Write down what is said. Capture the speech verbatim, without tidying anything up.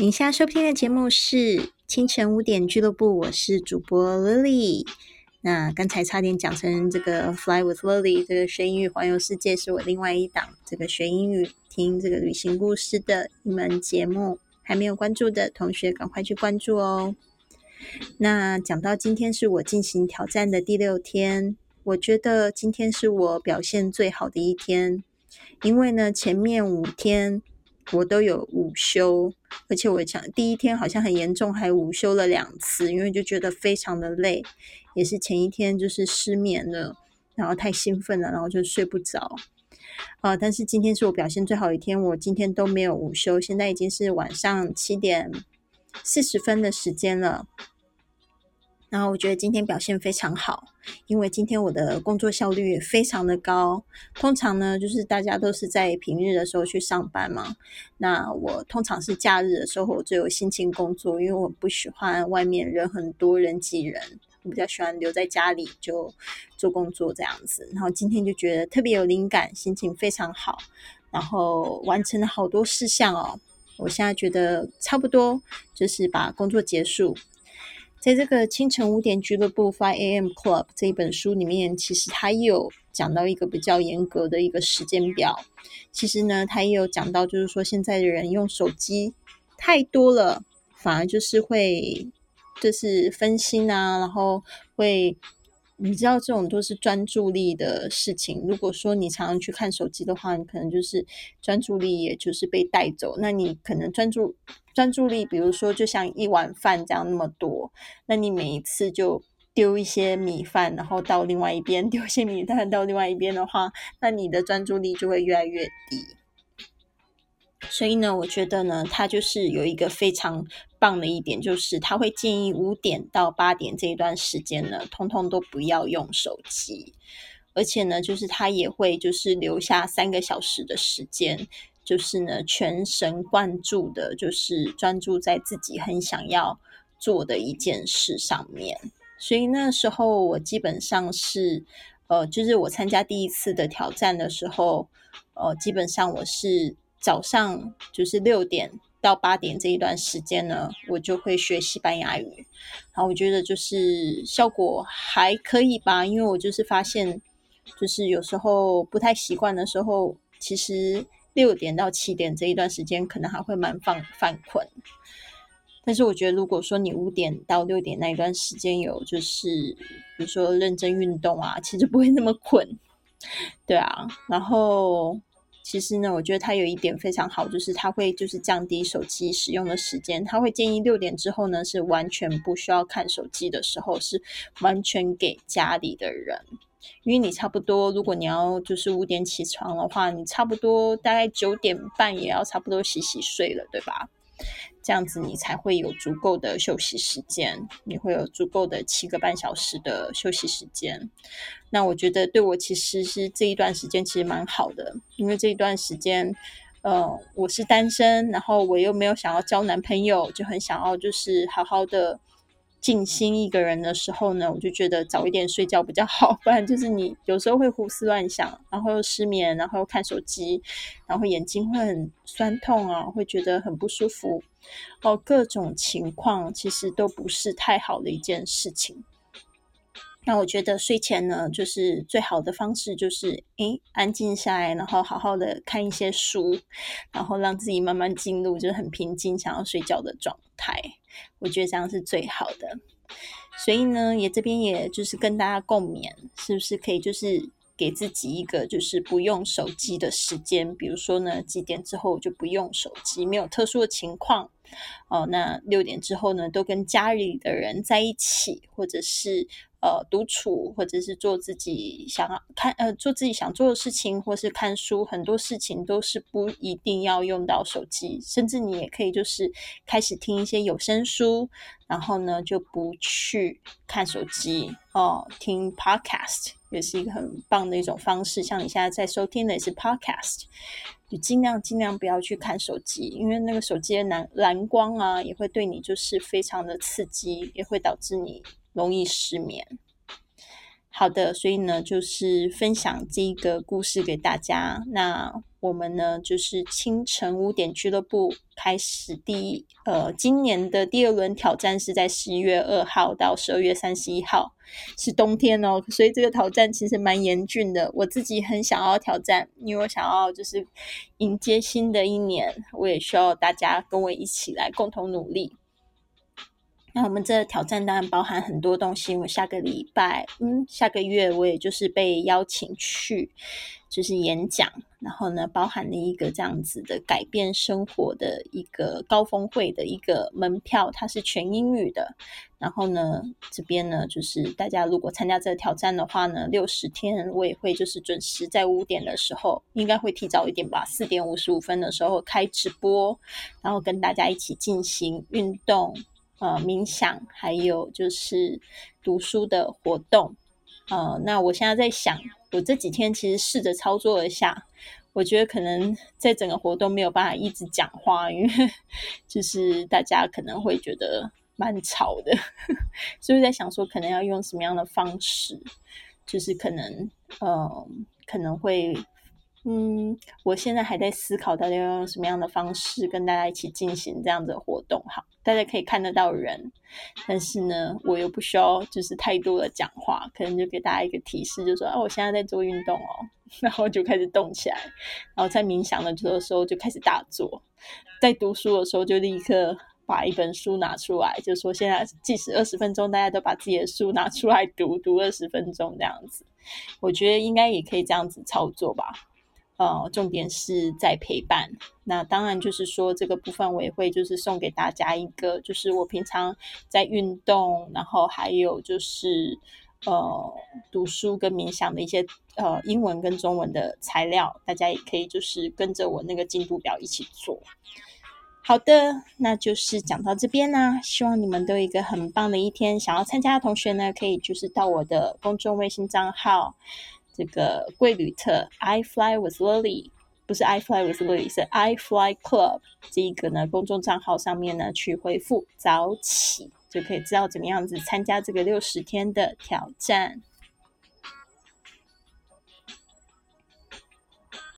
您现在收听的节目是清晨五点俱乐部，我是主播 Lily。那刚才差点讲成这个 Fly with Lily 这个学英语环游世界是我另外一档这个学英语听这个旅行故事的一门节目，还没有关注的同学赶快去关注哦。那讲到今天是我进行挑战的第六天，我觉得今天是我表现最好的一天，因为呢前面五天我都有午休，而且我想第一天好像很严重，还午休了两次，因为就觉得非常的累，也是前一天就是失眠了，然后太兴奋了，然后就睡不着。呃，但是今天是我表现最好的一天，我今天都没有午休，现在已经是晚上七点四十分的时间了。然后我觉得今天表现非常好，因为今天我的工作效率也非常的高。通常呢，就是大家都是在平日的时候去上班嘛，那我通常是假日的时候我就有心情工作，因为我不喜欢外面人很多人挤人，我比较喜欢留在家里就做工作这样子。然后今天就觉得特别有灵感，心情非常好，然后完成了好多事项哦。我现在觉得差不多就是把工作结束。在这个清晨五点俱乐部 五 A M Club 这一本书里面，其实它也有讲到一个比较严格的一个时间表。其实呢，它也有讲到，就是说现在的人用手机太多了，反而就是会就是分心啊，然后会你知道这种都是专注力的事情。如果说你常常去看手机的话，你可能就是专注力也就是被带走。那你可能专注专注力，比如说就像一碗饭这样那么多，那你每一次就丢一些米饭，然后到另外一边，丢一些米饭到另外一边的话，那你的专注力就会越来越低。所以呢，我觉得呢，它就是有一个非常棒的一点，就是他会建议五点到八点这一段时间呢，通通都不要用手机，而且呢，就是他也会就是留下三个小时的时间，就是呢全神贯注的，就是专注在自己很想要做的一件事上面。所以那时候我基本上是，呃，就是我参加第一次的挑战的时候，呃，基本上我是早上就是六点到八点这一段时间呢，我就会学西班牙语。然后我觉得就是效果还可以吧，因为我就是发现，就是有时候不太习惯的时候，其实六点到七点这一段时间可能还会蛮犯犯困。但是我觉得如果说你五点到六点那一段时间有就是比如说认真运动啊，其实不会那么困。对啊，然后其实呢，我觉得它有一点非常好，就是它会就是降低手机使用的时间。它会建议六点之后呢是完全不需要看手机的时候，是完全给家里的人。因为你差不多，如果你要就是五点起床的话，你差不多大概九点半也要差不多洗洗睡了，对吧？这样子你才会有足够的休息时间，你会有足够的七个半小时的休息时间。那我觉得对我其实是这一段时间其实蛮好的，因为这一段时间呃，我是单身，然后我又没有想要交男朋友，就很想要就是好好的静心一个人的时候呢，我就觉得早一点睡觉比较好，不然就是你有时候会胡思乱想，然后又失眠，然后又看手机，然后眼睛会很酸痛啊，会觉得很不舒服哦，各种情况其实都不是太好的一件事情。那我觉得睡前呢，就是最好的方式就是诶安静下来，然后好好的看一些书，然后让自己慢慢进入就是很平静想要睡觉的状态，我觉得这样是最好的。所以呢，也这边也就是跟大家共勉，是不是可以就是给自己一个就是不用手机的时间，比如说呢几点之后就不用手机，没有特殊的情况哦，那六点之后呢都跟家里的人在一起，或者是呃独处，或者是做自己想要看呃做自己想做的事情，或是看书，很多事情都是不一定要用到手机，甚至你也可以就是开始听一些有声书，然后呢就不去看手机哦，听 podcast 也是一个很棒的一种方式，像你现在在收听的也是 podcast， 就尽量尽量不要去看手机，因为那个手机的蓝蓝光啊也会对你就是非常的刺激，也会导致你容易失眠。好的，所以呢就是分享这个故事给大家。那我们呢就是清晨五点俱乐部开始第一呃今年的第二轮挑战是在十一月二号到十二月三十一号，是冬天哦，所以这个挑战其实蛮严峻的。我自己很想要挑战，因为我想要就是迎接新的一年，我也需要大家跟我一起来共同努力。那我们这个挑战当然包含很多东西，我下个礼拜嗯下个月我也就是被邀请去就是演讲，然后呢包含了一个这样子的改变生活的一个高峰会的一个门票，它是全英语的。然后呢这边呢就是大家如果参加这个挑战的话呢，六十天我也会就是准时在五点的时候，应该会提早一点吧，四点五十五分的时候开直播，然后跟大家一起进行运动呃，冥想，还有就是读书的活动。呃，那我现在在想，我这几天其实试着操作一下，我觉得可能在整个活动没有办法一直讲话，因为就是大家可能会觉得蛮吵的，所以在想说可能要用什么样的方式，就是可能呃可能会嗯，我现在还在思考大家要用什么样的方式跟大家一起进行这样的活动。好，大家可以看得到人，但是呢我又不需要就是太多的讲话，可能就给大家一个提示，就说啊我现在在做运动哦，然后就开始动起来，然后在冥想的时候就开始大做，在读书的时候就立刻把一本书拿出来，就说现在计时二十分钟，大家都把自己的书拿出来读读二十分钟这样子。我觉得应该也可以这样子操作吧。呃，重点是在陪伴。那当然就是说这个部分我也会就是送给大家一个就是我平常在运动，然后还有就是呃读书跟冥想的一些呃英文跟中文的材料，大家也可以就是跟着我那个进度表一起做。好的，那就是讲到这边啦，希望你们都有一个很棒的一天。想要参加的同学呢，可以就是到我的公众微信账号这个贵旅特 I fly with Lily， 不是 I fly with Lily， 是 I fly club 这一个呢公众账号上面呢去回复早起，就可以知道怎么样子参加这个六十天的挑战。